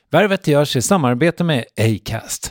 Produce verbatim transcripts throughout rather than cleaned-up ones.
Värvet görs i samarbete med Acast.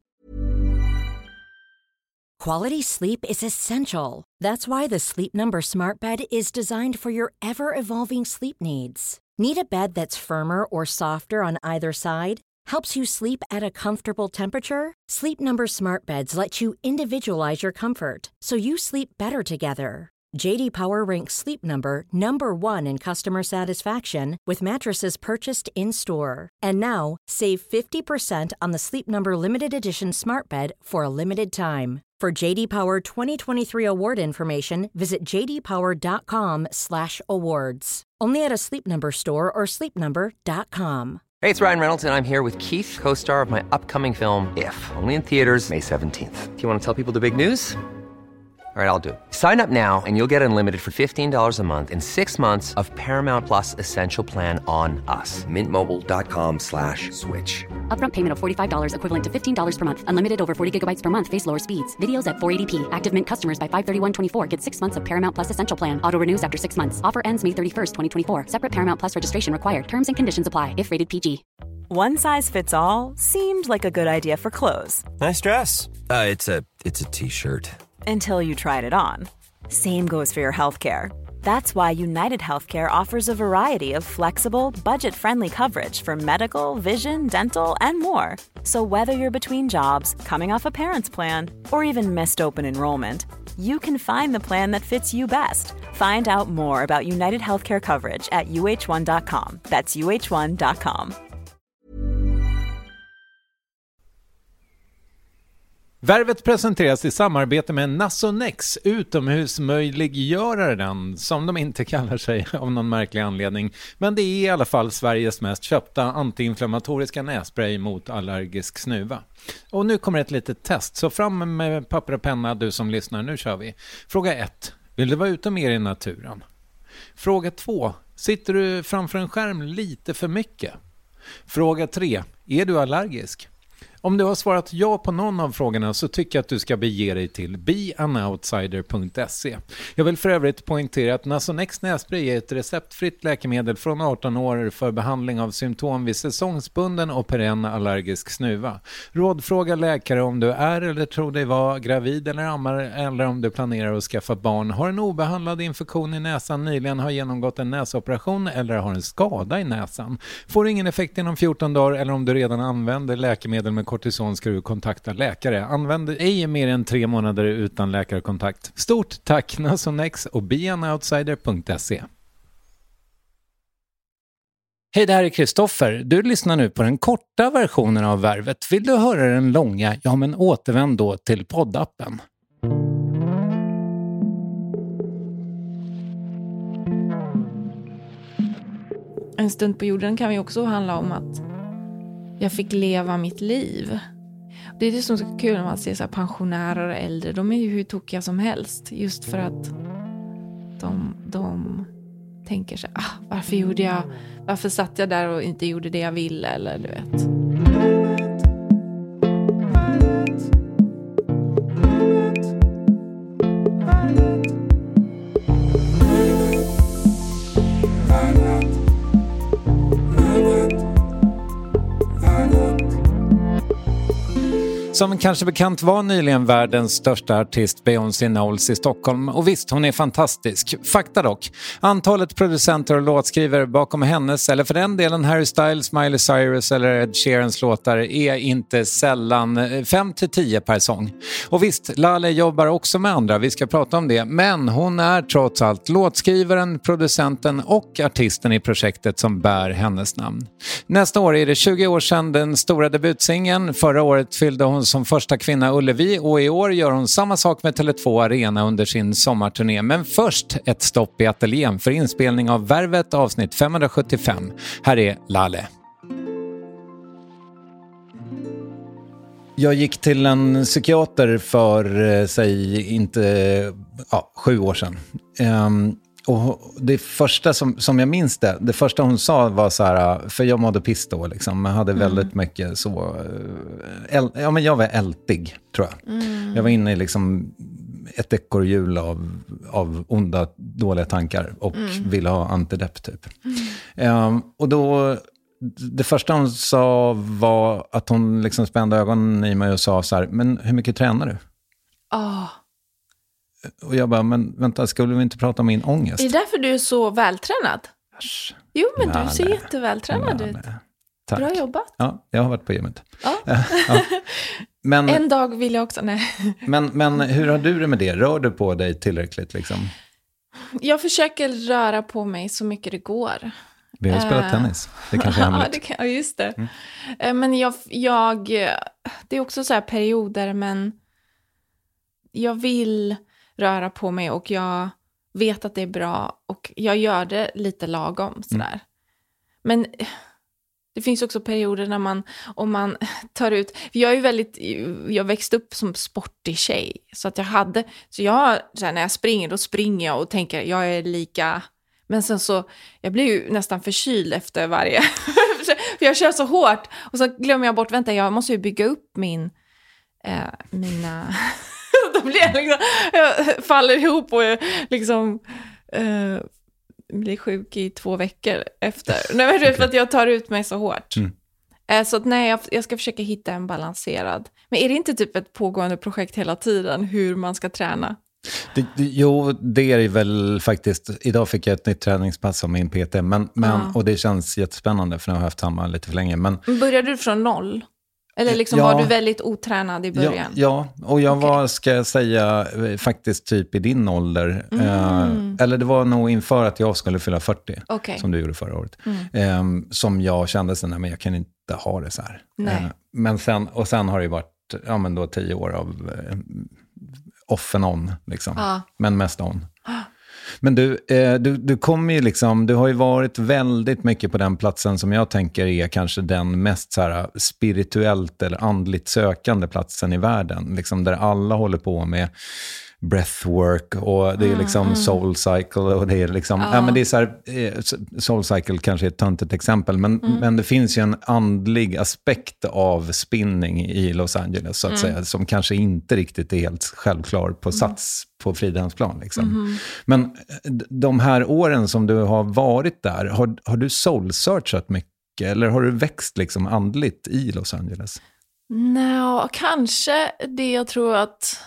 Quality sleep is essential. That's why the Sleep Number Smart Bed is designed for your ever-evolving sleep needs. Need a bed that's firmer or softer on either side? Helps you sleep at a comfortable temperature? Sleep Number Smart Beds let you individualize your comfort, so you sleep better together. J D Power ranks Sleep Number number one in customer satisfaction with mattresses purchased in-store. And now, save fifty percent on the Sleep Number Limited Edition Smart Bed for a limited time. For J D Power twenty twenty-three award information, visit j d power dot com slash awards. Only at a Sleep Number store or sleep number dot com. Hey, it's Ryan Reynolds, and I'm here with Keith, co-star of my upcoming film, If, only in theaters May seventeenth. Do you want to tell people the big news? All right, I'll do it. Sign up now and you'll get unlimited for fifteen dollars a month and six months of Paramount Plus Essential Plan on us. Mint Mobile dot com slash switch. Upfront payment of forty-five dollars equivalent to fifteen dollars per month. Unlimited over forty gigabytes per month. Face lower speeds. Videos at four eighty p. Active Mint customers by five thirty-one twenty-four get six months of Paramount Plus Essential Plan. Auto renews after six months. Offer ends May thirty-first, twenty twenty-four. Separate Paramount Plus registration required. Terms and conditions apply if rated P G. One size fits all seemed like a good idea for clothes. Nice dress. Uh, it's a it's a t-shirt. Until you tried it on. Same goes for your healthcare. That's why United Healthcare offers a variety of flexible, budget-friendly coverage for medical, vision, dental, and more. So whether you're between jobs, coming off a parent's plan, or even missed open enrollment, you can find the plan that fits you best. Find out more about United Healthcare coverage at u h one dot com. That's u h one dot com. Värvet presenteras i samarbete med Nasonex, utomhusmöjliggöraren, som de inte kallar sig av någon märklig anledning. Men det är i alla fall Sveriges mest köpta antiinflammatoriska nässpray mot allergisk snuva. Och nu kommer ett litet test, så fram med papper och penna du som lyssnar, nu kör vi. Fråga ett. Vill du vara ute mer i naturen? Fråga två. Sitter du framför en skärm lite för mycket? Fråga tre. Är du allergisk? Om du har svarat ja på någon av frågorna så tycker jag att du ska bege dig till be an outsider punkt se. Jag vill för övrigt poängtera att Nasonex nässpray är ett receptfritt läkemedel från arton år för behandling av symptom vid säsongsbunden och perenn allergisk snuva. Rådfråga läkare om du är eller tror dig vara gravid eller ammar, eller om du planerar att skaffa barn, har en obehandlad infektion i näsan, nyligen har genomgått en näsoperation eller har en skada i näsan. Får ingen effekt inom fjorton dagar eller om du redan använder läkemedel med kortison ska du kontakta läkare. Använd ej mer än tre månader utan läkarkontakt. Stort tack Nasonex och be an outsider punkt se. Hej, det här är Kristoffer. Du lyssnar nu på den korta versionen av Värvet. Vill du höra den långa? Ja, men återvänd då till poddappen. En stund på jorden kan ju också handla om att jag fick leva mitt liv. Det är det som är så kul när man ser så här pensionärer och äldre. De är ju hur tokiga som helst. Just för att de, de tänker så här, ah, varför gjorde jag, varför satt jag där och inte gjorde det jag ville, eller du vet. Som kanske bekant var nyligen världens största artist Beyoncé Knowles i Stockholm. Och visst, hon är fantastisk. Fakta dock. Antalet producenter och låtskrivare bakom hennes, eller för den delen Harry Styles, Miley Cyrus eller Ed Sheerans låtar, är inte sällan fem till tio per sång. Och visst, Laleh jobbar också med andra, vi ska prata om det. Men hon är trots allt låtskrivaren, producenten och artisten i projektet som bär hennes namn. Nästa år är det tjugo år sedan den stora debutsingen. Förra året fyllde hon som första kvinna Ullevi och i år gör hon samma sak med Tele två Arena under sin sommarturné. Men först ett stopp i ateljén för inspelning av Värvet avsnitt femhundrasjuttiofem. Här är Laleh. Jag gick till en psykiater för, säg, inte ja, sju år sedan. Um, Och det första som, som jag minns det, det första hon sa var så här, för jag mådde piss då liksom, jag hade väldigt mm. mycket så, äl, ja men jag var ältig tror jag. Mm. Jag var inne i liksom ett ekorrhjul av, av onda, dåliga tankar och mm. ville ha antidepp typ. Mm. Um, och då det första hon sa var att hon liksom spände ögonen i mig och sa så här, men hur mycket tränar du? Oh. Och jag bara, men vänta, skulle vi inte prata om min ångest? Är det därför du är så vältränad? Asch. Jo, men Nej, du ser nej. jättevältränad Nej, ut. nej. Tack. Bra jobbat. Ja, jag har varit på gymmet. Ja. Ja. Men, En dag vill jag också, nej. men, men hur har du det med det? Rör du på dig tillräckligt liksom? Jag försöker röra på mig så mycket det går. Vi har ju spelat Uh, tennis. Det kanske är ja, hemligt. det kan, ja, just det. Mm. Uh, men jag, jag, det är också så här perioder, men jag vill röra på mig och jag vet att det är bra och jag gör det lite lagom sådär. Mm. Men det finns också perioder när man, om man tar ut, jag är ju väldigt, jag växte upp som sportig tjej, så att jag hade, så jag, så här, när jag springer, då springer jag och tänker, jag är lika, men sen så, jag blir ju nästan förkyld efter varje, för jag kör så hårt, och så glömmer jag bort, vänta, jag måste ju bygga upp min, eh, mina, då blir jag liksom, jag faller ihop och liksom, eh, blir sjuk i två veckor efter. Nej, men det är för att jag tar ut mig så hårt. Mm. Så att nej, jag, jag ska försöka hitta en balanserad. Men är det inte typ ett pågående projekt hela tiden hur man ska träna? Det, det, jo, det är väl faktiskt. Idag fick jag ett nytt träningspass av min P T. Men, men, ah. Och det känns jättespännande för nu har jag haft samma lite för länge. Men, började du från noll? Eller liksom ja, var du väldigt otränad i början? Ja, ja och jag okay. var, ska jag säga, faktiskt typ i din ålder. Mm. Eh, eller det var nog inför att jag skulle fylla fyrtio, okay. som du gjorde förra året. Mm. Eh, som jag kände sen, men jag kan inte ha det så här. Eh, men sen, och sen har det ju varit ja, men då tio år av eh, off and on, liksom. Ah. Men mest on. Ah. Men du, eh, du, du kommer ju liksom, du har ju varit väldigt mycket på den platsen som jag tänker är kanske den mest så här spirituellt eller andligt sökande platsen i världen. Liksom där alla håller på med breathwork och det är liksom mm. soul cycle och det är liksom, ja, ja men det är så här, soul cycle kanske är ett töntigt exempel, men, mm. men det finns ju en andlig aspekt av spinning i Los Angeles så att mm. säga, som kanske inte riktigt är helt självklar på sats mm. på Fridhemsplan liksom. Mm. Men de här åren som du har varit där, har, har du soul-searchat mycket eller har du växt liksom andligt i Los Angeles? Nej, kanske det jag tror att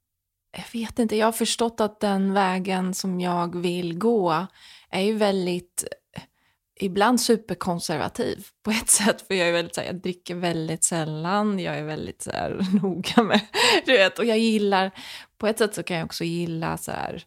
jag vet inte, jag har förstått att den vägen som jag vill gå är ju väldigt, ibland superkonservativ på ett sätt. För jag är väldigt så här, jag dricker väldigt sällan, jag är väldigt så här noga med, du vet. Och jag gillar, på ett sätt så kan jag också gilla så här,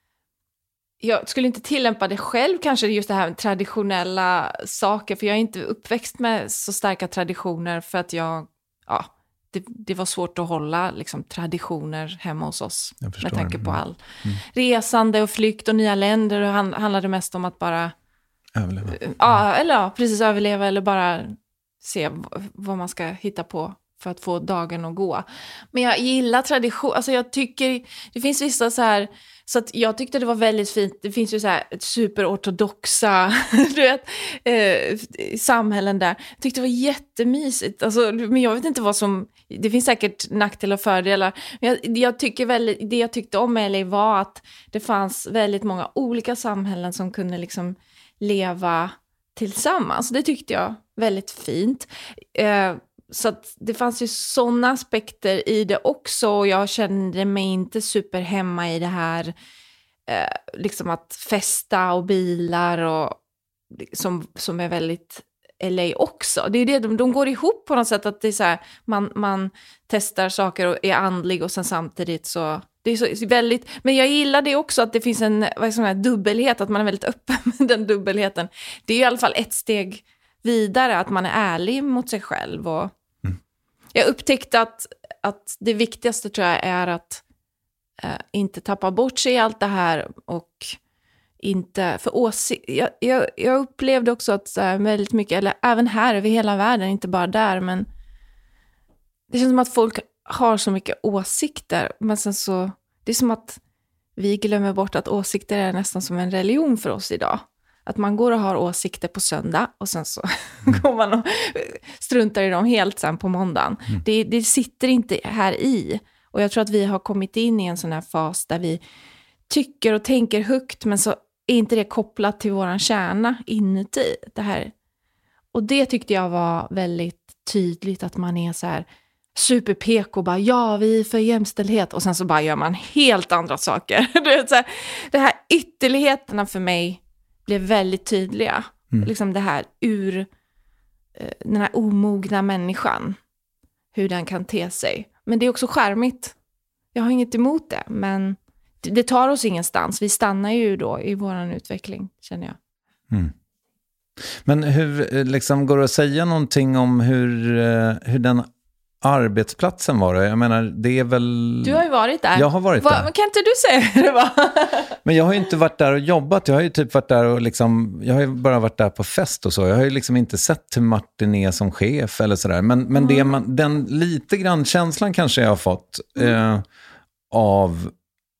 jag skulle inte tillämpa det själv kanske just det här med traditionella saker. För jag är inte uppväxt med så starka traditioner för att jag, ja, Det, det var svårt att hålla liksom, traditioner hemma hos oss med tanke på all mm. resande och flykt och nya länder och han, handlade mest om att bara överleva. Ja, eller ja, precis överleva eller bara se vad man ska hitta på för att få dagen att gå. Men jag gillar tradition, alltså jag tycker det finns vissa så här, så att jag tyckte det var väldigt fint, det finns ju så här superortodoxa du vet, eh, samhällen där. Jag tyckte det var jättemysigt, alltså, men jag vet inte vad som, det finns säkert nackdelar och fördelar, men jag, jag tycker väldigt, det jag tyckte om L A var att det fanns väldigt många olika samhällen som kunde liksom leva tillsammans. Det tyckte jag väldigt fint. Eh, Så att det fanns ju sådana aspekter i det också. Och jag kände mig inte super hemma i det här. Eh, liksom att festa och bilar. Och, som, som är väldigt L A också. Det är det, de, de går ihop på något sätt. Att det är så här, man, man testar saker och är andlig. Och sen samtidigt så... Det är så, väldigt, men jag gillar det också att det finns en vad är det, dubbelhet. Att man är väldigt öppen med den dubbelheten. Det är i alla fall ett steg vidare, att man är ärlig mot sig själv. Och mm. jag upptäckte att, att det viktigaste tror jag är att eh, inte tappa bort sig i allt det här och inte för åsikt. Jag, jag, jag upplevde också att så här, väldigt mycket, eller även här över hela världen, inte bara där, men det känns som att folk har så mycket åsikter, men sen så, det är som att vi glömmer bort att åsikter är nästan som en religion för oss idag. Att man går och har åsikter på söndag och sen så mm. går man och struntar i dem helt sen på måndagen. Mm. Det, det sitter inte här i. Och jag tror att vi har kommit in i en sån här fas där vi tycker och tänker högt, men så är inte det kopplat till våran kärna inuti. Det här. Och det tyckte jag var väldigt tydligt, att man är så här super-P K, bara ja, vi är för jämställdhet, och sen så bara gör man helt andra saker. Du vet, så här, det här ytterligheterna för mig blev väldigt tydliga. Mm. Liksom det här ur eh, den här omogna människan, hur den kan te sig. Men det är också charmigt. Jag har inget emot det, men det, det tar oss ingenstans. Vi stannar ju då i våran utveckling, känner jag. Mm. Men hur liksom, går det att säga någonting om hur, hur den arbetsplatsen var? Jag menar, det är väl... Du har ju varit där. Jag har varit Va, där. Kan inte du säga hur det var? Men jag har ju inte varit där och jobbat. Jag har ju typ varit där och liksom... Jag har ju bara varit där på fest och så. Jag har ju liksom inte sett hur Martin är som chef eller sådär. Men, men mm. det man, den lite grann känslan kanske jag har fått mm. eh, av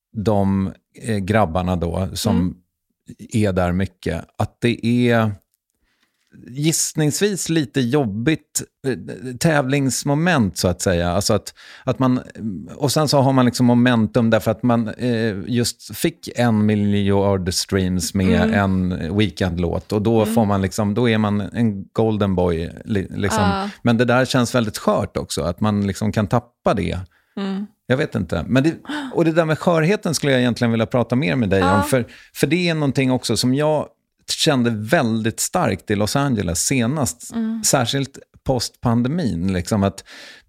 de eh, grabbarna då som mm. är där mycket. Att det är... gissningsvis lite jobbigt tävlingsmoment så att säga, alltså att, att man, och sen så har man liksom momentum därför att man eh, just fick en miljard streams med mm. en weekendlåt, och då mm. får man liksom, då är man en golden boy liksom. Uh. Men det där känns väldigt skört också, att man liksom kan tappa det. Mm. Jag vet inte, men det, och det där med skörheten skulle jag egentligen vilja prata mer med dig uh. om, för, för det är någonting också som jag kände väldigt starkt i Los Angeles senast, mm. särskilt post-pandemin, liksom att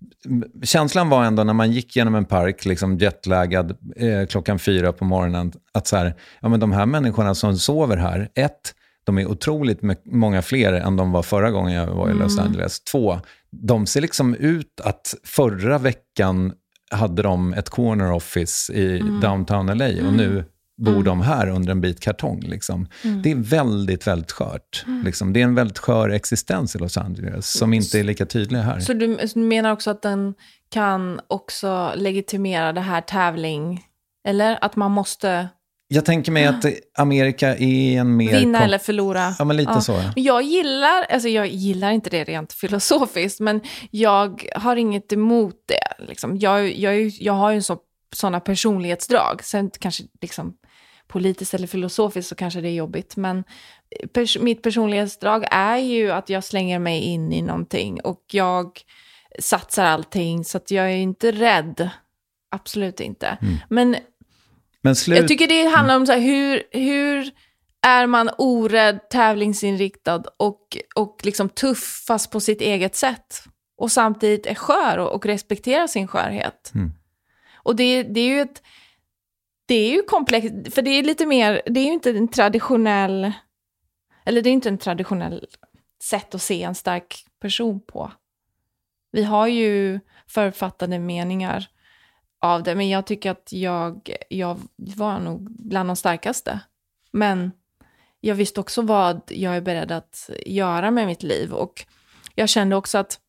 känslan var ändå när man gick genom en park liksom jetlaggad eh, klockan fyra på morgonen, att så här, ja men de här människorna som sover här, ett, de är otroligt m- många fler än de var förra gången jag var i Los mm. Angeles. Två, de ser liksom ut att förra veckan hade de ett corner office i mm. downtown L A och mm. nu bor mm. de här under en bit kartong. Liksom. Mm. Det är väldigt, väldigt skört. Mm. Liksom. Det är en väldigt skör existens i Los Angeles som inte är lika tydlig här. Så du, du menar också att den kan också legitimera det här tävling? Eller att man måste... Jag tänker mig att Amerika är en mer... Vinna kom- eller förlora. Ja, men lite ja. så. Ja. Jag gillar, alltså jag gillar inte det rent filosofiskt, men jag har inget emot det. Liksom. Jag, jag, jag har ju så, sådana personlighetsdrag. Sen kanske liksom politiskt eller filosofiskt så kanske det är jobbigt. Men pers- mitt personlighetsdrag är ju att jag slänger mig in i någonting. Och jag satsar allting, så att jag är inte rädd. Absolut inte. Mm. Men... Men slut... Jag tycker det handlar om så här, hur, hur är man orädd, tävlingsinriktad och, och liksom tuff fast på sitt eget sätt. Och samtidigt är skör och, och respekterar sin skörhet. Mm. Och det, det är ju ett... Det är ju komplext, för det är lite mer... Det är ju inte en traditionell... Eller det är inte en traditionell sätt att se en stark person på. Vi har ju författade meningar av det, men jag tycker att jag, jag var nog bland de starkaste. Men jag visste också vad jag är beredd att göra med mitt liv, och jag kände också att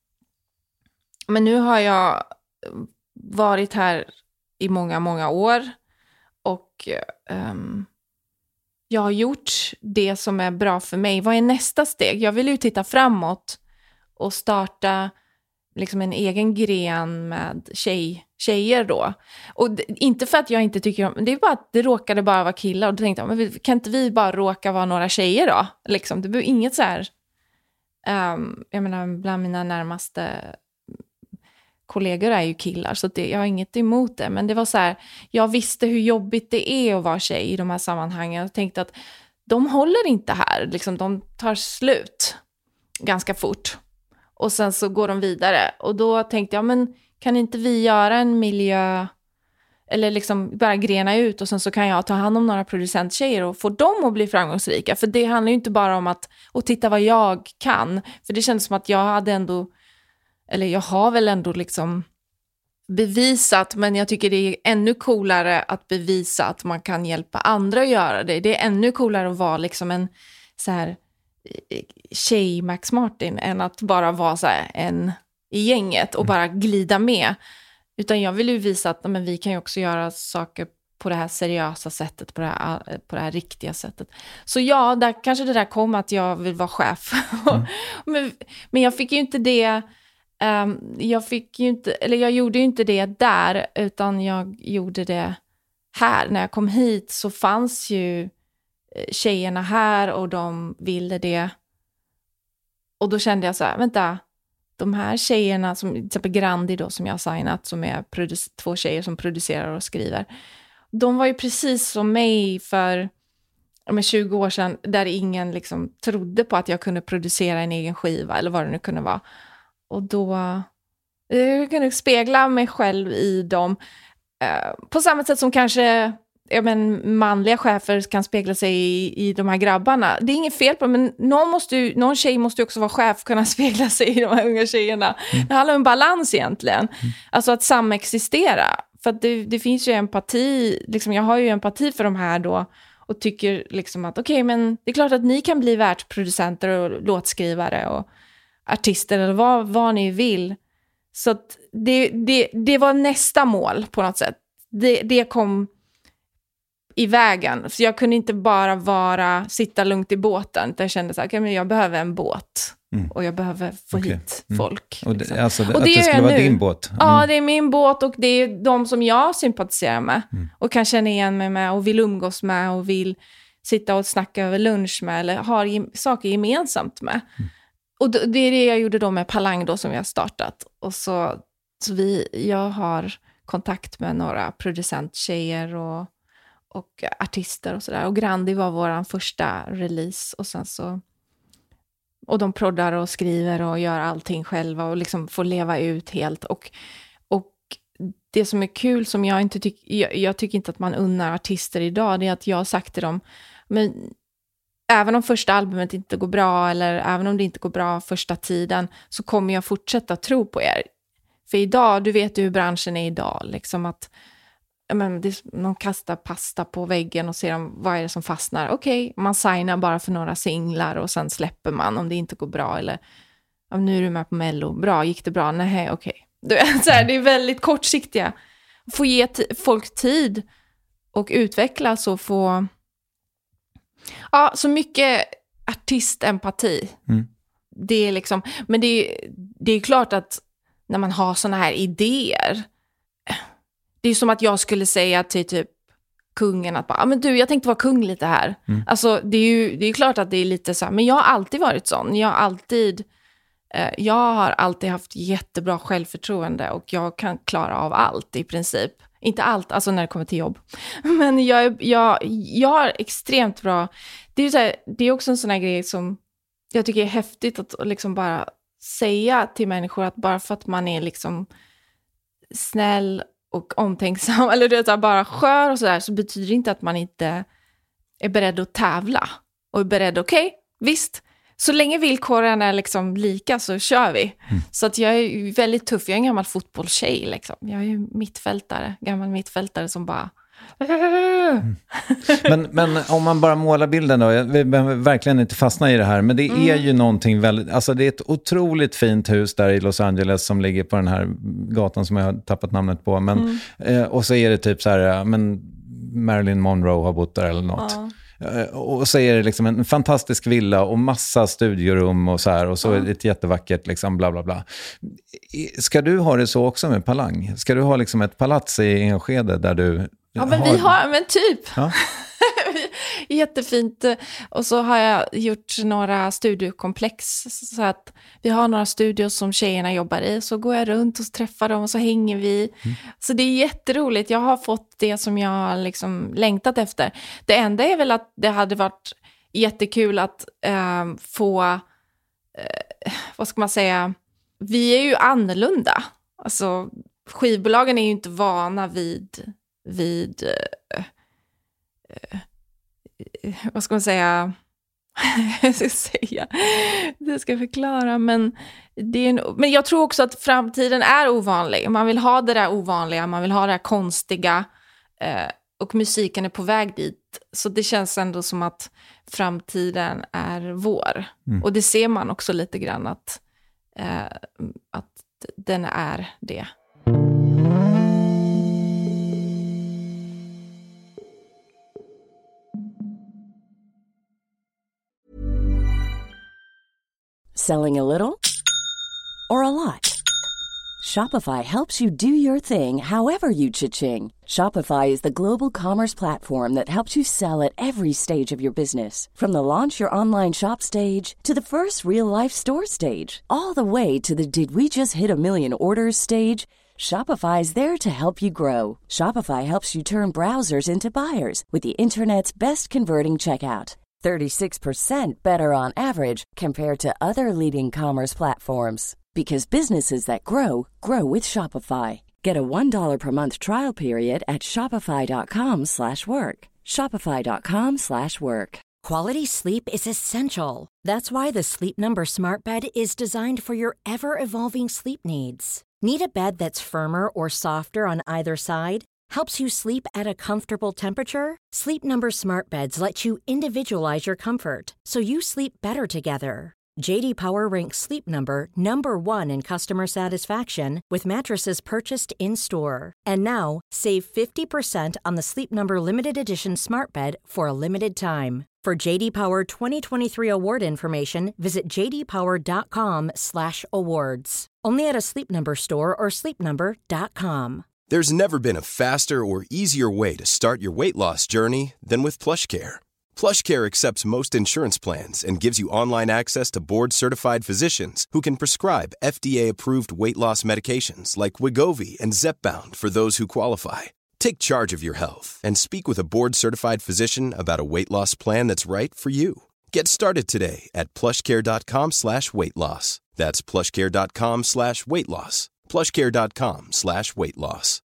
men nu har jag varit här i många, många år, och um, jag har gjort det som är bra för mig. Vad är nästa steg? Jag vill ju titta framåt och starta liksom en egen gren med tjej, tjejer då. Och d- inte för att jag inte tycker om... Det är bara att det råkade bara vara killar. Och då tänkte jag, men vi, kan inte vi bara råka vara några tjejer då? Liksom, det behöver inget så här... Um, jag menar, bland mina närmaste kollegor är ju killar. Så det, jag har inget emot det. Men det var så här... Jag visste hur jobbigt det är att vara tjej i de här sammanhangen. Jag tänkte att de håller inte här. Liksom, de tar slut ganska fort. Och sen så går de vidare. Och då tänkte jag, men kan inte vi göra en miljö... Eller liksom bara grena ut. Och sen så kan jag ta hand om några producenttjejer och få dem att bli framgångsrika. För det handlar ju inte bara om att... Och titta vad jag kan. För det känns som att jag hade ändå... Eller jag har väl ändå liksom bevisat. Men jag tycker det är ännu coolare att bevisa att man kan hjälpa andra att göra det. Det är ännu coolare att vara liksom en så här... tjej Max Martin än att bara vara så här en i gänget och bara glida med. Utan jag vill ju visa att men vi kan ju också göra saker på det här seriösa sättet, på det här, på det här riktiga sättet. Så ja, där kanske det där kom att jag vill vara chef. Mm. men, men jag fick ju inte det um, jag fick ju inte, eller jag gjorde ju inte det där, utan jag gjorde det här. När jag kom hit så fanns ju tjejerna här och de ville det. Och då kände jag så här, vänta, de här tjejerna, som, till exempel Grandi då, som jag har signat, som är produc- två tjejer som producerar och skriver. De var ju precis som mig för med tjugo år sedan, där ingen liksom trodde på att jag kunde producera en egen skiva, eller vad det nu kunde vara. Och då jag kunde spegla mig själv i dem. Eh, på samma sätt som kanske ja, men, manliga chefer kan spegla sig i, i de här grabbarna. Det är inget fel på det, men någon, måste ju, någon tjej måste ju också vara chef och kunna spegla sig i de här unga tjejerna. Mm. Det handlar om en balans egentligen. Mm. Alltså att samexistera. För att det, det finns ju empati, liksom, jag har ju empati för de här då, och tycker liksom att okej, okay, men det är klart att ni kan bli världsproducenter och låtskrivare och artister eller vad, vad ni vill. Så att det, det, det var nästa mål på något sätt. Det, det kom i vägen. Så jag kunde inte bara vara, sitta lugnt i båten. Utan jag kände så här, okay, men jag behöver en båt. Mm. Och jag behöver få okay. hit folk. Mm. Och det, liksom. alltså, det, och det att det skulle vara nu. din båt? Mm. Ja, det är min båt och det är de som jag sympatiserar med. Mm. Och kan känna igen mig med och vill umgås med och vill sitta och snacka över lunch med eller har gem- saker gemensamt med. Mm. Och det är det jag gjorde då med Palang då som vi har startat. Och så, så vi, jag har kontakt med några producenttjejer och, och artister och sådär. Och Grandi var vår första release. Och sen så och de proddar och skriver och gör allting själva och liksom får leva ut helt. Och, och det som är kul som jag inte tycker, jag, jag tycker inte att man unnar artister idag, det är att jag har sagt till dem, men även om första albumet inte går bra eller även om det inte går bra första tiden så kommer jag fortsätta tro på er. För idag, du vet ju hur branschen är idag, liksom att men, det, någon kastar pasta på väggen och ser om, vad är det som fastnar. Okej, okay, man signar bara för några singlar och sen släpper man om det inte går bra. Eller, nu är du med på Mello. Bra, gick det bra? Nej, okej. Okay. Det är väldigt kortsiktiga. Få ge t- folk tid och utvecklas och få ja, så mycket artistempati. Mm. Det är liksom, men det, det är klart att när man har såna här idéer, det är som att jag skulle säga till typ kungen att bara, men du, jag tänkte vara kung lite här. Mm. Alltså det är ju det är klart att det är lite så här, men jag har alltid varit sån. Jag har alltid eh, jag har alltid haft jättebra självförtroende och jag kan klara av allt i princip. Inte allt, alltså när det kommer till jobb. Men jag, jag, jag har extremt bra, det är ju så här, det är också en sån här grej som jag tycker är häftigt att liksom bara säga till människor att bara för att man är liksom snäll och omtänksam, eller du vet, bara skör och sådär, så betyder det inte att man inte är beredd att tävla. Och är beredd, okej, okay, visst. Så länge villkoren är liksom lika så kör vi. Mm. Så att jag är väldigt tuff. Jag är en gammal fotbollstjej liksom. Jag är ju mittfältare, gammal mittfältare som bara... Mm. men, men om man bara målar bilden då, vi behöver verkligen inte fastna i det här, men det är mm. ju någonting väldigt, alltså det är ett otroligt fint hus där i Los Angeles som ligger på den här gatan som jag har tappat namnet på, men, mm. eh, och så är det typ så här, men Marilyn Monroe har bott där eller något. Ja. Och så är det liksom en fantastisk villa och massa studiorum och så här, och så är det ett jättevackert liksom bla bla bla. Ska du ha det så också med Palang? Ska du ha liksom ett palats i Enskede där du ja, men har... vi har, men typ. Ja. Jättefint. Och så har jag gjort några studiokomplex så att vi har några studios som tjejerna jobbar i. Så går jag runt och träffar dem och så hänger vi. Mm. Så det är jätteroligt. Jag har fått det som jag har liksom längtat efter. Det enda är väl att det hade varit jättekul att äh, få, äh, vad ska man säga, vi är ju annorlunda. Alltså skivbolagen är ju inte vana vid vid äh, äh, vad ska man säga jag ska säga det ska jag förklara, men det är en, men jag tror också att framtiden är ovanlig. Man vill ha det där ovanliga, man vill ha det där konstiga eh, och musiken är på väg dit, så det känns ändå som att framtiden är vår. Mm. Och det ser man också lite grann att eh, att den är det. Selling a little or a lot? Shopify helps you do your thing however you cha-ching. Shopify is the global commerce platform that helps you sell at every stage of your business. From the launch your online shop stage to the first real-life store stage, all the way to the did we just hit a million orders stage. Shopify is there to help you grow. Shopify helps you turn browsers into buyers with the internet's best converting checkout. thirty-six percent better on average compared to other leading commerce platforms. Because businesses that grow, grow with Shopify. Get a one dollar per month trial period at shopify.com slash work. Shopify.com slash work. Quality sleep is essential. That's why the Sleep Number Smart Bed is designed for your ever-evolving sleep needs. Need a bed that's firmer or softer on either side? Helps you sleep at a comfortable temperature? Sleep Number Smart Beds let you individualize your comfort, so you sleep better together. J D Power ranks Sleep Number number one in customer satisfaction with mattresses purchased in-store. And now, save fifty percent on the Sleep Number Limited Edition Smart Bed for a limited time. For J D Power twenty twenty-three award information, visit jdpower.com slash awards. Only at a Sleep Number store or sleep number dot com. There's never been a faster or easier way to start your weight loss journey than with PlushCare. PlushCare accepts most insurance plans and gives you online access to board-certified physicians who can prescribe F D A-approved weight loss medications like Wegovy and Zepbound for those who qualify. Take charge of your health and speak with a board-certified physician about a weight loss plan that's right for you. Get started today at plushcare.com slash weight loss. That's plushcare.com slash weight loss. plushcare.com slash weight loss.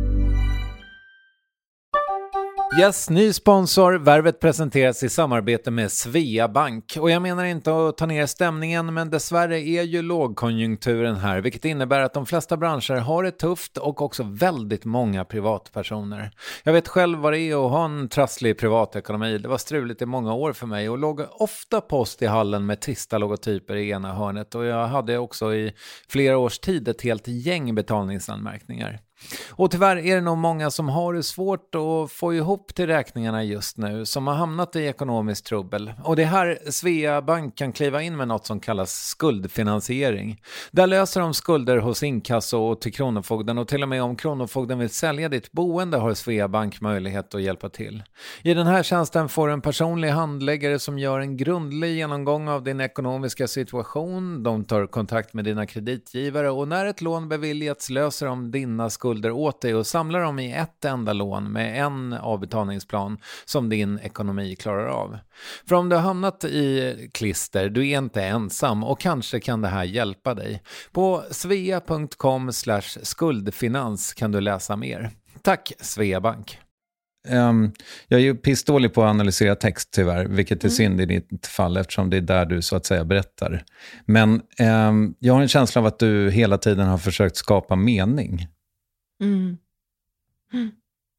Yes, ny sponsor. Värvet presenteras i samarbete med Svea Bank. Och jag menar inte att ta ner stämningen, men dessvärre är ju lågkonjunkturen här, vilket innebär att de flesta branscher har det tufft och också väldigt många privatpersoner. Jag vet själv vad det är att ha en trasslig privatekonomi. Det var struligt i många år för mig och låg ofta post i hallen med trista logotyper i ena hörnet. Och jag hade också i flera års tid ett helt gäng betalningsanmärkningar. Och tyvärr är det nog många som har det svårt att få ihop till räkningarna just nu, som har hamnat i ekonomiskt trubbel. Och det här Svea Bank kan kliva in med något som kallas skuldfinansiering. Där löser de skulder hos inkasso och till kronofogden, och till och med om kronofogden vill sälja ditt boende har Svea Bank möjlighet att hjälpa till. I den här tjänsten får du en personlig handläggare som gör en grundlig genomgång av din ekonomiska situation. De tar kontakt med dina kreditgivare och när ett lån beviljats löser de dina skulder skulder åt dig och samlar dem i ett enda lån med en avbetalningsplan som din ekonomi klarar av. För om du har hamnat i klister, du är inte ensam och kanske kan det här hjälpa dig. På svea punkt com slash skuldfinans kan du läsa mer. Tack Svea Bank. Um, jag är ju pissdålig på att analysera text tyvärr, vilket är mm. synd i ditt fall eftersom det är där du så att säga berättar. Men um, jag har en känsla av att du hela tiden har försökt skapa mening. Mm. Mm.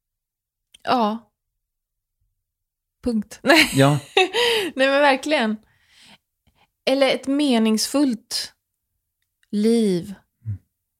Ja. Punkt. Nej. Ja. Nej men verkligen. Eller ett meningsfullt liv mm.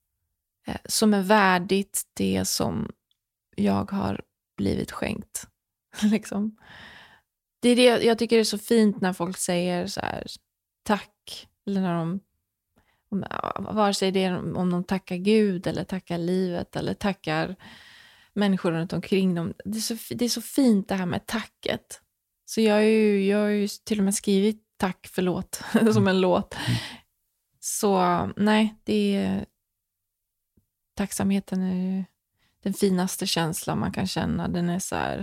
som är värdigt det som jag har blivit skänkt. liksom. Det är det jag tycker är så fint när folk säger så här tack, eller när de om, vare sig det är om de tackar Gud eller tackar livet eller tackar människor runt omkring dem. Det är så, det är så fint det här med tacket. Så jag har ju, jag har ju till och med skrivit tack förlåt som en låt. Så nej, det är tacksamheten är ju den finaste känslan man kan känna. Den är så här,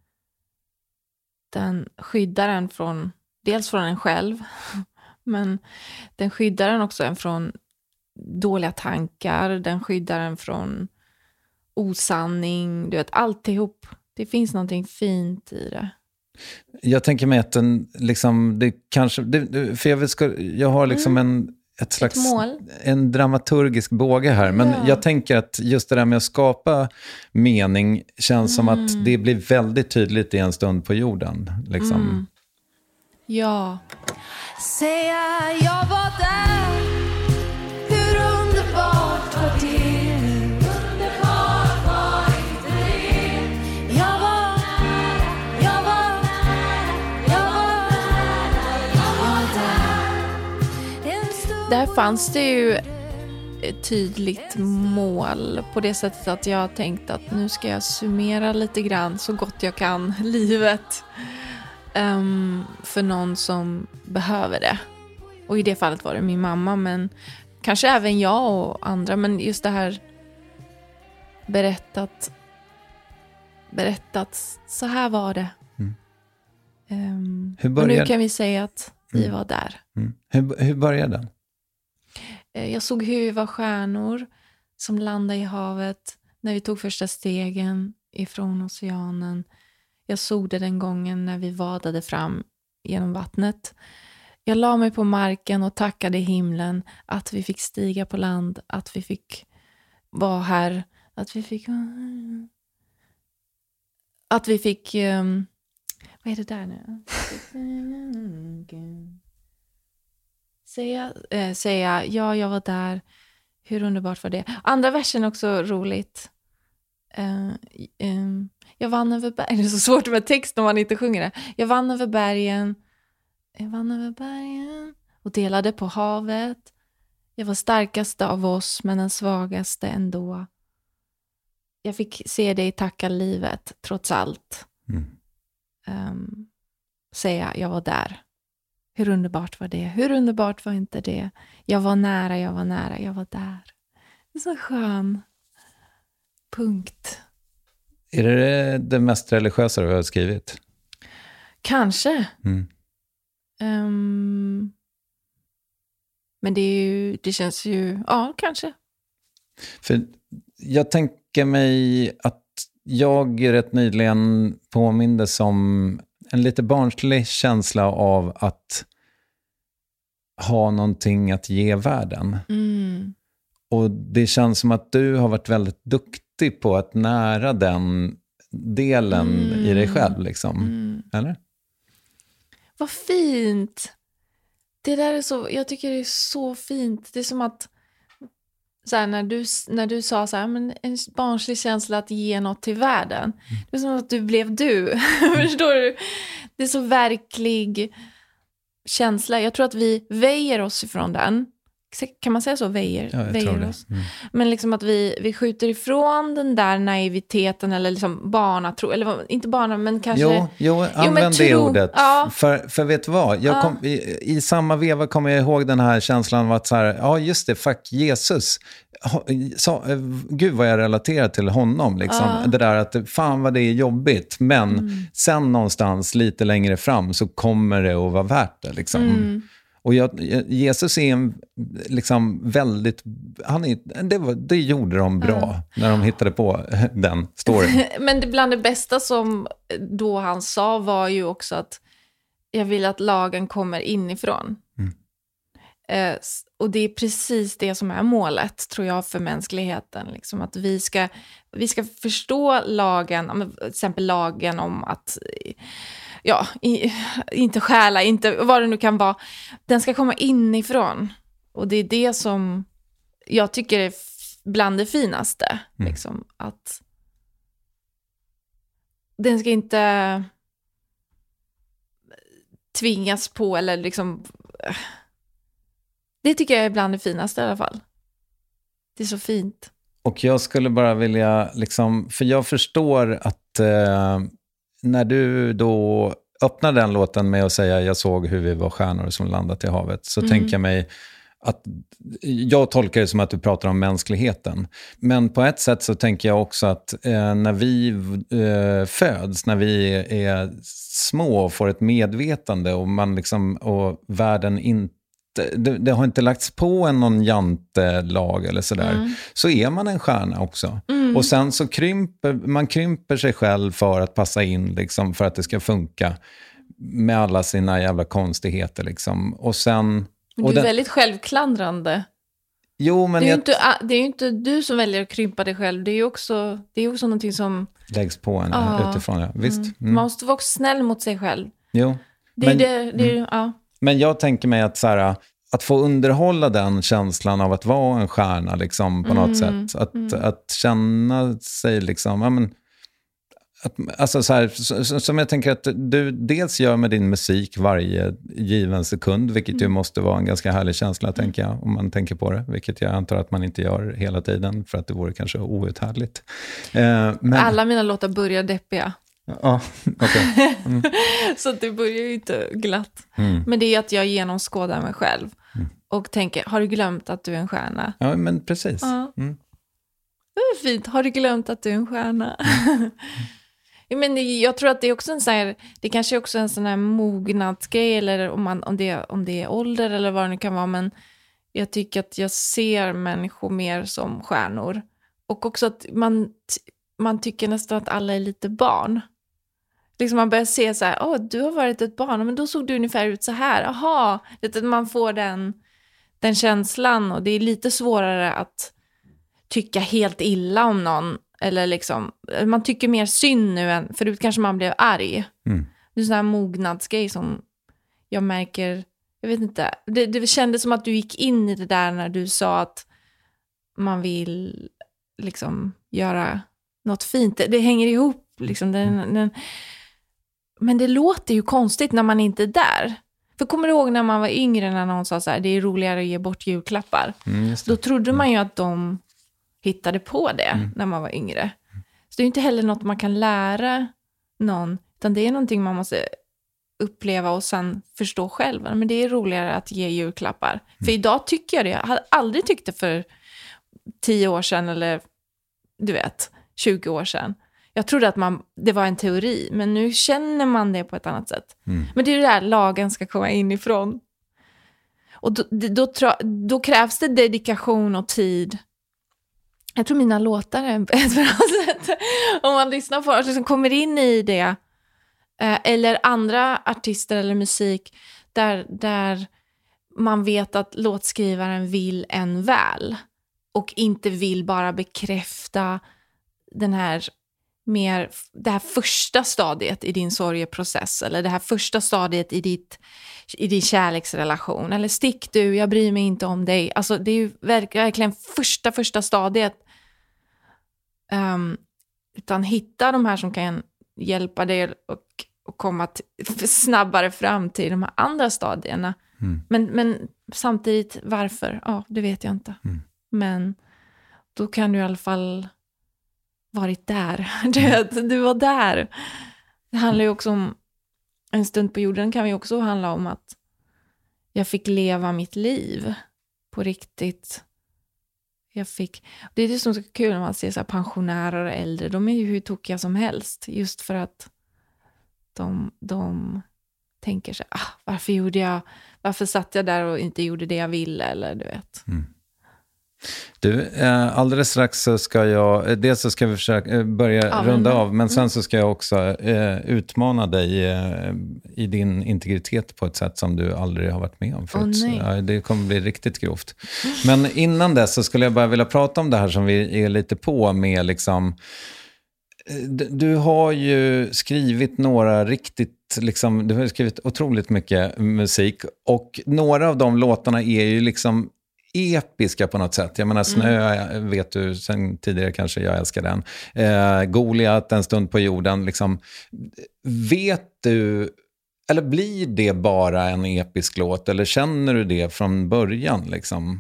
den skyddar en från, dels från en själv, men den skyddar en också en från dåliga tankar. Den skyddar en från osanning. Du vet, alltihop. Det finns någonting fint i det. Jag tänker mig att den, liksom, det kanske, det, för jag, vill, ska, jag har liksom mm. en ett slags ett mål. En dramaturgisk båge här. Men ja. Jag tänker att just det där med att skapa mening känns mm. som att det blir väldigt tydligt i en stund på jorden. Liksom. Mm. Ja. Säga jag var där. Hur underbart var det? Underbart var inte det? Jag var, jag var, jag var, jag var där. Där fanns det ju tydligt mål på det sättet att jag har tänkt att nu ska jag summera lite grann så gott jag kan livet um, för någon som behöver det. Och i det fallet var det min mamma, men kanske även jag och andra. Men just det här berättat, berättat så här var det. Mm. Um, hur började... Och nu kan vi säga att vi mm. var där. Mm. Hur, hur började den? Jag såg hur vi var stjärnor som landade i havet när vi tog första stegen ifrån oceanen. Jag såg det den gången när vi vadade fram genom vattnet. Jag la mig på marken och tackade himlen att vi fick stiga på land, att vi fick vara här, att vi fick att vi fick um, vad är det där nu? Säga, äh, säga, ja, jag var där. Hur underbart var det? Andra versen också roligt. Uh, um, jag vann över bergen. Det är så svårt med text när man inte sjunger det. Jag vann över bergen. Jag vann över bergen. Och delade på havet. Jag var starkast av oss, men den svagaste ändå. Jag fick se dig tacka livet, trots allt. Mm. Um, säga, jag var där. Hur underbart var det? Hur underbart var inte det? Jag var nära, jag var nära, jag var där. Det är så skön punkt. Är det det mest religiösa du har skrivit? Kanske. Mm. Um, men det är ju, det känns ju, ja, kanske. För jag tänker mig att jag rätt nyligen påmindes om en lite barnslig känsla av att ha någonting att ge världen. Mm. Och det känns som att du har varit väldigt duktig på att nära den delen mm. i dig själv. Liksom. Mm. Eller? Vad fint! Det där är så, jag tycker det är så fint. Det är som att så här, när, du, när du sa så här, men en barnslig känsla att ge något till världen. Mm. Det är som att du blev du. Förstår du? Det är så verklig känsla. Jag tror att vi väjer oss ifrån den. Kan man säga så? Väjer, ja, jag väjer tror det. oss. Mm. Men liksom att vi, vi skjuter ifrån den där naiviteten eller liksom barnatro. Eller inte barna, men kanske... Jo, jo använd jo, det tro, ordet. Ja. För, för vet du vad? Jag kom, ja. i, I samma veva kommer jag ihåg den här känslan av att så här, ja just det, fuck Jesus. Så, gud vad jag relaterar till honom. Liksom. Ja. Det där att fan vad det är jobbigt. Men mm. sen någonstans lite längre fram så kommer det att vara värt det. Liksom. Mm. Och jag, Jesus är en liksom väldigt... Han är, det, var, det gjorde de bra mm. när de hittade på den storyn. Men det bland det bästa som då han sa var ju också att jag vill att lagen kommer inifrån. Mm. Eh, och det är precis det som är målet, tror jag, för mänskligheten. Liksom, att vi ska, vi ska förstå lagen, till exempel lagen om att... Ja, i, inte stjäla, inte vad det nu kan vara. Den ska komma inifrån. Och det är det som jag tycker är f- bland det finaste. Mm. Liksom, att den ska inte tvingas på eller liksom... Det tycker jag är bland det finaste i alla fall. Det är så fint. Och jag skulle bara vilja, liksom, för jag förstår att... Eh, när du då öppnar den låten med att säga jag såg hur vi var stjärnor som landat i havet, så mm. tänker jag mig att jag tolkar det som att du pratar om mänskligheten. Men på ett sätt så tänker jag också att eh, när vi eh, föds, när vi är små och får ett medvetande och, man liksom, och världen inte Det, det har inte lagts på en någon jantelag eller sådär, mm. så är man en stjärna också. Mm. Och sen så krymper man krymper sig själv för att passa in, liksom, för att det ska funka med alla sina jävla konstigheter. Liksom. Och sen, men och du är den, väldigt självklandrande. Jo, men det, är jag, inte, det är ju inte du som väljer att krympa dig själv. Det är ju också, det är också någonting som... läggs på en ah, utifrån. Ja. Visst. Mm. Mm. Man måste vara också snäll mot sig själv. Jo. Det men, är det, det är, mm. ja. Men jag tänker mig att så här, att få underhålla den känslan av att vara en stjärna liksom, på något mm, sätt. Att, mm. att känna sig liksom, ja, men, Att, alltså så här, så, som jag tänker att du dels gör med din musik varje given sekund, vilket mm. ju måste vara en ganska härlig känsla, mm. tänker jag, om man tänker på det. Vilket jag antar att man inte gör hela tiden, för att det vore kanske outhärdligt. Eh, men... Alla mina låtar börjar deppiga. Ja, okej. Mm. Så det börjar ju inte glatt. Mm. Men det är att jag genomskådar mig själv. Mm. Och tänker, har du glömt att du är en stjärna? Ja, men precis. Ja. Mm. Det är fint, har du glömt att du är en stjärna? Mm. Men det, jag tror att det är också en sån här, det kanske är också en sån här mognadsgrej, eller om, man, om, det, om det är ålder eller vad det nu kan vara, men jag tycker att jag ser människor mer som stjärnor. Och också att man, man tycker nästan att alla är lite barn. Liksom man börjar se så här, åh, du har varit ett barn, men då såg du ungefär ut så här. Aha, att man får den, den känslan, och det är lite svårare att tycka helt illa om någon. Eller liksom, man tycker mer synd nu än, förut kanske man blev arg. Mm. Det är sån här mognadsgrej som jag märker, jag vet inte, det, det kändes som att du gick in i det där när du sa att man vill liksom göra något fint. Det, det hänger ihop liksom. Den, den, men det låter ju konstigt när man inte är där. För kommer du ihåg när man var yngre, när någon sa så här, det är roligare att ge bort julklappar. Mm, då trodde man ju att de hittade på det mm. när man var yngre. Så det är inte heller något man kan lära någon, utan det är någonting man måste uppleva och sen förstå själv. Men det är roligare att ge julklappar. Mm. För idag tycker jag det. Jag hade aldrig tyckt det för tio år sedan, eller du vet, tjugo år sedan. Jag trodde att man, det var en teori, men nu känner man det på ett annat sätt. Mm. Men det är ju det där lagen ska komma inifrån. Och då, då, då, då krävs det dedikation och tid. Jag tror mina låtar är ett bra sätt. Om man lyssnar på det och liksom kommer in i det. Eh, eller andra artister eller musik där, där man vet att låtskrivaren vill en väl. Och inte vill bara bekräfta den här mer, det här första stadiet i din sorgeprocess. Eller det här första stadiet i, ditt, i din kärleksrelation. Eller stick du, jag bryr mig inte om dig. Alltså det är ju verkligen första, första stadiet. Um, utan hitta de här som kan hjälpa dig och, och komma till, snabbare fram till de här andra stadierna. Mm. Men, men samtidigt, varför? Ja, det vet jag inte. Mm. Men då kan du i alla fall varit där. Du, du var där. Det handlar ju också om en stund på jorden, kan vi också handla om att jag fick leva mitt liv på riktigt. Jag fick, det är det som är så kul när man ser så här pensionärer och äldre. De är ju hur tokiga som helst. Just för att de, de tänker så här, ah, varför gjorde jag, varför satt jag där och inte gjorde det jag ville, eller du vet. Mm. Du, alldeles strax så ska jag, dels så ska vi försöka börja ja, runda men, av, men sen så ska jag också eh, utmana dig eh, i din integritet på ett sätt som du aldrig har varit med om förut. Oh, ja, det kommer bli riktigt grovt. Men innan dess så skulle jag bara vilja prata om det här som vi är lite på med liksom. Du har ju skrivit några riktigt, liksom, du har skrivit otroligt mycket musik, och några av de låtarna är ju liksom episka på något sätt. Jag menar, Snö mm. vet du sen tidigare, kanske jag älskar den. Eh, Goliat, En stund på jorden. Liksom, vet du, eller blir det bara en episk låt, eller känner du det från början liksom?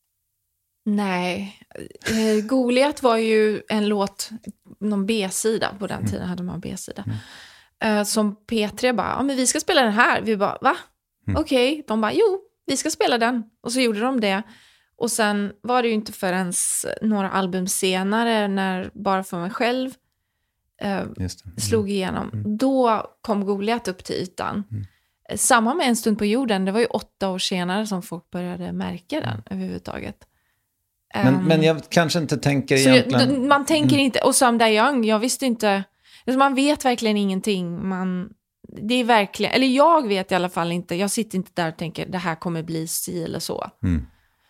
Nej. Eh, Goliat var ju en låt, någon B-sida. På den mm. tiden hade man B-sida. Mm. Eh, som P tre bara, ja men vi ska spela den här. Vi bara, va? Mm. Okej. Okay. De bara, jo. Vi ska spela den. Och så gjorde de det. Och sen var det ju inte förrän några album senare, när Bara för mig själv eh, mm. slog igenom. Mm. Då kom Goliat upp till ytan. Mm. Samma med En stund på jorden. Det var ju åtta år senare som folk började märka den mm. överhuvudtaget. Men, um, men jag kanske inte tänker egentligen... Jag, man tänker mm. inte... Och Someday Young, jag visste inte... Alltså man vet verkligen ingenting. Man... Det är verkligen, eller jag vet i alla fall inte, jag sitter inte där och tänker det här kommer bli si eller så. Mm.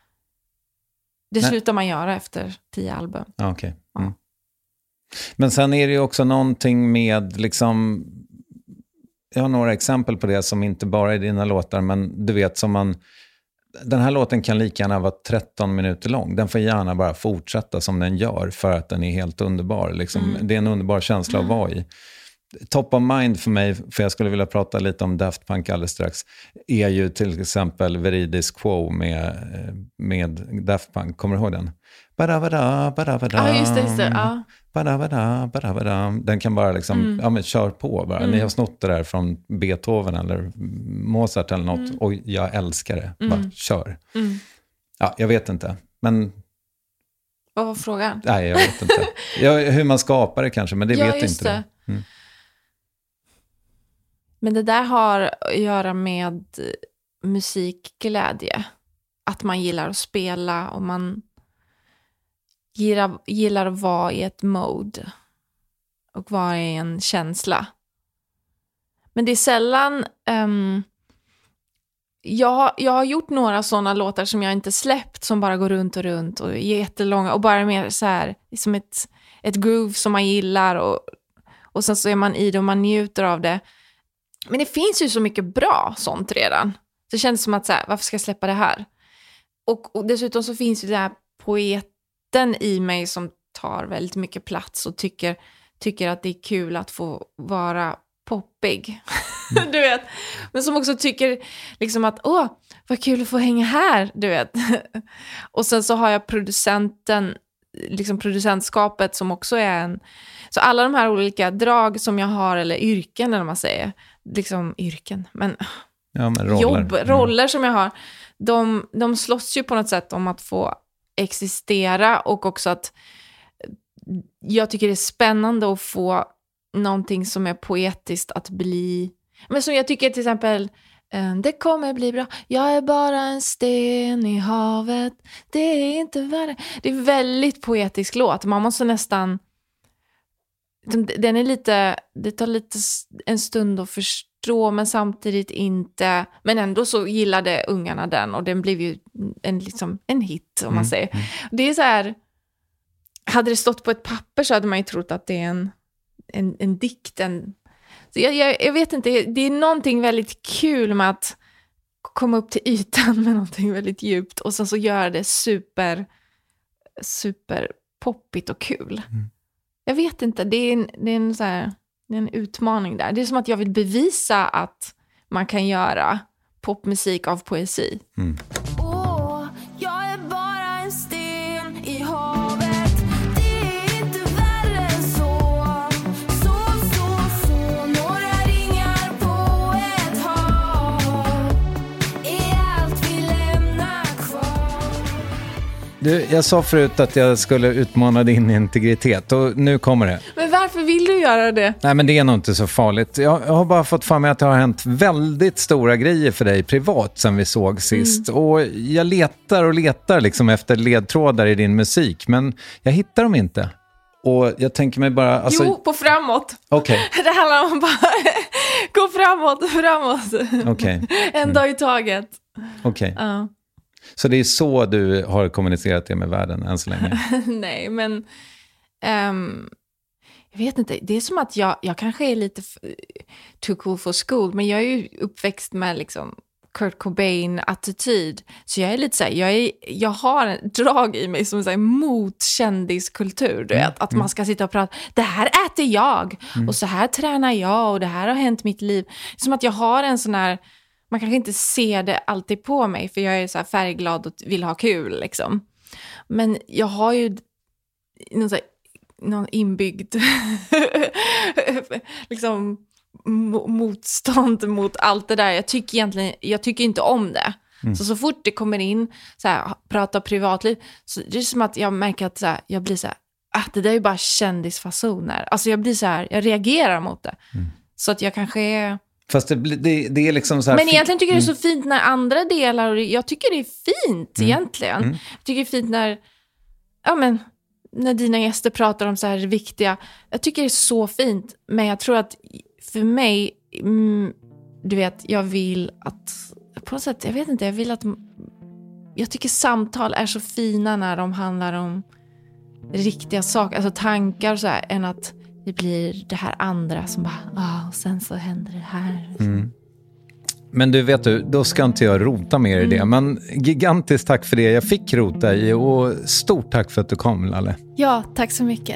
Det Nej. slutar man göra efter tio album. Ah, okay. mm. ja. Men sen är det ju också någonting med liksom, jag har några exempel på det som inte bara är dina låtar, men du vet, som man den här låten kan lika gärna vara tretton minuter lång. Den får gärna bara fortsätta som den gör för att den är helt underbar. Liksom, mm. Det är en underbar känsla att vara i. Top of mind för mig, för jag skulle vilja prata lite om Daft Punk alldeles strax, är ju till exempel Veridis Quo med, med Daft Punk. Kommer du ihåg den? Badabada, badabada, ja, just det, just det. Ja. Badabada, badabada. Den kan bara liksom, mm. ja men kör på bara. Mm. Ni har snott det där från Beethoven eller Mozart eller något mm. och jag älskar det. Mm. Bara kör. Mm. Ja, jag vet inte. Men... Vad var frågan? Nej, jag vet inte. Ja, hur man skapar det kanske, men det ja, vet inte det. det. Mm. Men det där har att göra med musikglädje. Att man gillar att spela och man gillar, gillar att vara i ett mode. Och vara i en känsla. Men det är sällan... Um, jag, jag har gjort några sådana låtar som jag inte släppt. Som bara går runt och runt och är jättelånga. Och bara mer så här, som ett, ett groove som man gillar. Och, och sen så är man i det och man njuter av det. Men det finns ju så mycket bra sånt redan. Det känns som att så här, varför ska jag släppa det här? Och, och dessutom så finns ju den här poeten i mig som tar väldigt mycket plats och tycker, tycker att det är kul att få vara poppig. Mm. Du vet. Men som också tycker liksom att åh, vad kul att få hänga här, du vet. Och sen så har jag producenten, liksom producentskapet som också är en... Så alla de här olika drag som jag har, eller yrken eller man säger, liksom yrken, men, ja, men roller. jobb, roller mm. som jag har, de, de slåss ju på något sätt om att få existera och också att jag tycker det är spännande att få någonting som är poetiskt att bli, men som jag tycker till exempel det kommer bli bra, jag är bara en sten i havet, det är inte värre. Det är väldigt poetisk låt, man måste nästan den är lite, det tar lite en stund att förstå men samtidigt inte, men ändå så gillade ungarna den och den blev ju en, liksom, en hit om man mm. säger. Mm. Det är så här, hade det stått på ett papper så hade man ju trott att det är en, en, en dikt. En, så jag, jag, jag vet inte, det är någonting väldigt kul med att komma upp till ytan med någonting väldigt djupt och sen så gör det super, super poppigt och kul. Mm. Jag vet inte, det är en, det är en, så här, det är en utmaning där. Det är som att jag vill bevisa att man kan göra popmusik av poesi. Mm. Åh, jag är bara en sten i havet. Det är inte värre än så. Så, så, så. Några ringar på ett hav. Är allt vi lämnar kvar. Du, jag sa förut att jag skulle utmana din integritet och nu kommer det. Men varför vill du göra det? Nej, men det är nog inte så farligt. Jag, jag har bara fått för mig att det har hänt väldigt stora grejer för dig privat sen vi såg sist. Mm. Och jag letar och letar liksom efter ledtrådar i din musik, men jag hittar dem inte. Och jag tänker mig bara... Alltså... Jo, på framåt. Okej. Okay. Det handlar om bara gå framåt, framåt. Okej. Okay. En mm. dag i taget. Okej. Okay. Ja. Så det är så du har kommunicerat det med världen än så länge? Nej, men um, jag vet inte. Det är som att jag, jag kanske är lite f- too cool for school, men jag är ju uppväxt med liksom Kurt Cobain-attityd. Så jag är lite så här, jag, är, jag har en drag i mig som är så här mot kändiskultur. Du vet, mm. att man ska sitta och prata, det här äter jag mm. och så här tränar jag och det här har hänt mitt liv. Som att jag har en sån här, man kanske inte ser det alltid på mig för jag är så här färgglad och vill ha kul liksom. Men jag har ju någon, så här, någon inbyggd liksom motstånd mot allt det där. Jag tycker egentligen, jag tycker inte om det. Mm. Så så fort det kommer in så här, prata privatliv, så det är som att jag märker att så här, jag blir så här, ah, det där är ju bara kändisfasoner. Alltså jag blir så här, jag reagerar mot det. Mm. Så att jag kanske är... Fast det, det, det är liksom så här... Men egentligen tycker jag det är så fint när andra delar, och jag tycker det är fint mm. egentligen. Mm. Jag tycker det är fint när, ja men, när dina gäster pratar om så här viktiga, jag tycker det är så fint, men jag tror att för mig, mm, du vet, jag vill att, på något sätt, jag vet inte, jag vill att, jag tycker samtal är så fina när de handlar om riktiga saker, alltså tankar och så här, än att det blir det här andra som bara, ja, ah, och sen så händer det här. Mm. Men du vet du, då ska inte jag rota mer i det. Mm. Men gigantiskt tack för det jag fick rota i. Och stort tack för att du kom, Lalle. Ja, tack så mycket.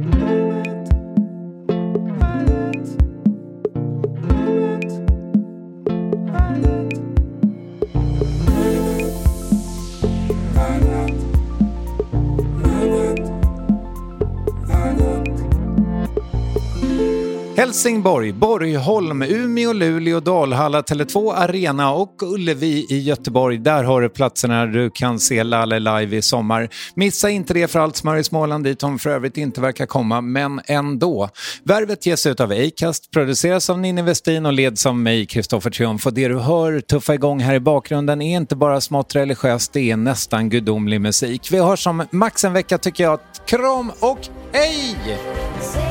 Helsingborg, Borgholm, Umeå, Luleå, Dalhalla, Tele två Arena och Ullevi i Göteborg. Där har du platserna du kan se Lalle live i sommar. Missa inte det för allt smör i Småland dit hon för övrigt inte verkar komma, men ändå. Värvet ges ut av Acast, produceras av Ninni Westin och leds av mig, Kristoffer Triumf. Och det du hör tuffa igång här i bakgrunden är inte bara smått religiöst, det är nästan gudomlig musik. Vi har som max en vecka tycker jag. Kram och hej!